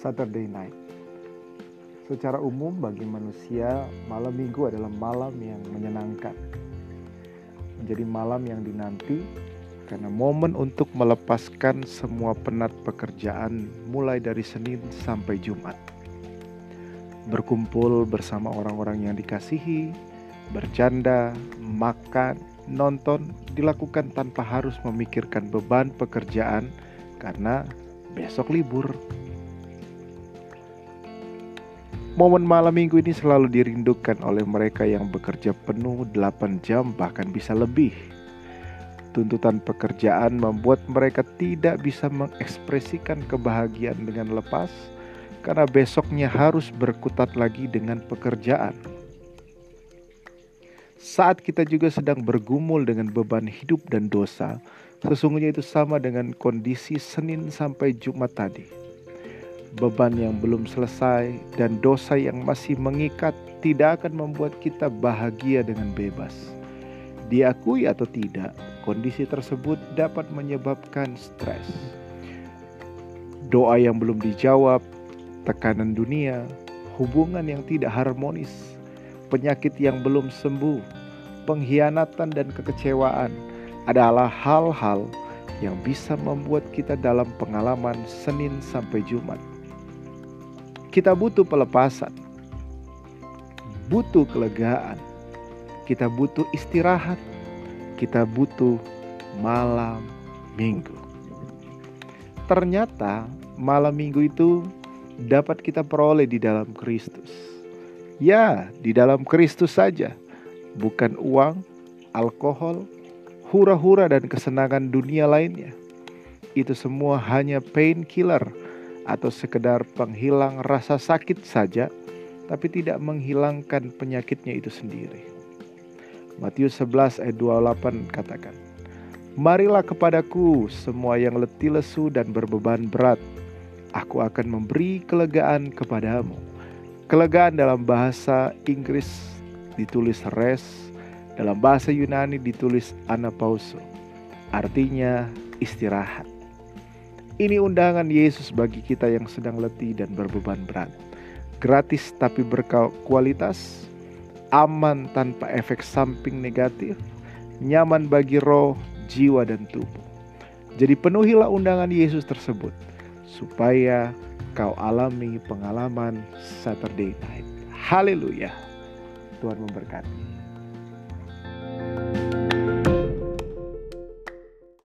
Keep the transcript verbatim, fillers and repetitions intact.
Saturday night. Secara umum bagi manusia, malam minggu adalah malam yang menyenangkan. Menjadi malam yang dinanti karena momen untuk melepaskan semua penat pekerjaan mulai dari Senin sampai Jumat. Berkumpul bersama orang-orang yang dikasihi, bercanda, makan, nonton dilakukan tanpa harus memikirkan beban pekerjaan karena besok libur. Momen malam minggu ini selalu dirindukan oleh mereka yang bekerja penuh delapan jam bahkan bisa lebih. Tuntutan pekerjaan membuat mereka tidak bisa mengekspresikan kebahagiaan dengan lepas karena besoknya harus berkutat lagi dengan pekerjaan. Saat kita juga sedang bergumul dengan beban hidup dan dosa, sesungguhnya itu sama dengan kondisi Senin sampai Jumat tadi. Beban yang belum selesai dan dosa yang masih mengikat tidak akan membuat kita bahagia dengan bebas. Diakui atau tidak, kondisi tersebut dapat menyebabkan stres. Doa yang belum dijawab, tekanan dunia, hubungan yang tidak harmonis, penyakit yang belum sembuh, pengkhianatan dan kekecewaan adalah hal-hal yang bisa membuat kita dalam pengalaman Senin sampai Jumat. Kita butuh pelepasan, butuh kelegaan, kita butuh istirahat, kita butuh malam minggu. Ternyata malam minggu itu dapat kita peroleh di dalam Kristus. Ya, di dalam Kristus saja, bukan uang, alkohol, hura-hura dan kesenangan dunia lainnya. Itu semua hanya painkiller atau sekedar penghilang rasa sakit saja, tapi tidak menghilangkan penyakitnya itu sendiri. Matius sebelas ayat dua puluh delapan katakan, "Marilah kepadaku semua yang letih lesu dan berbeban berat, aku akan memberi kelegaan kepadamu." Kelegaan dalam bahasa Inggris ditulis rest, dalam bahasa Yunani ditulis anapauso, artinya istirahat. Ini undangan Yesus bagi kita yang sedang letih dan berbeban berat. Gratis tapi berkualitas, aman tanpa efek samping negatif, nyaman bagi roh, jiwa dan tubuh. Jadi penuhilah undangan Yesus tersebut supaya kau alami pengalaman Saturday night. Haleluya. Tuhan memberkati.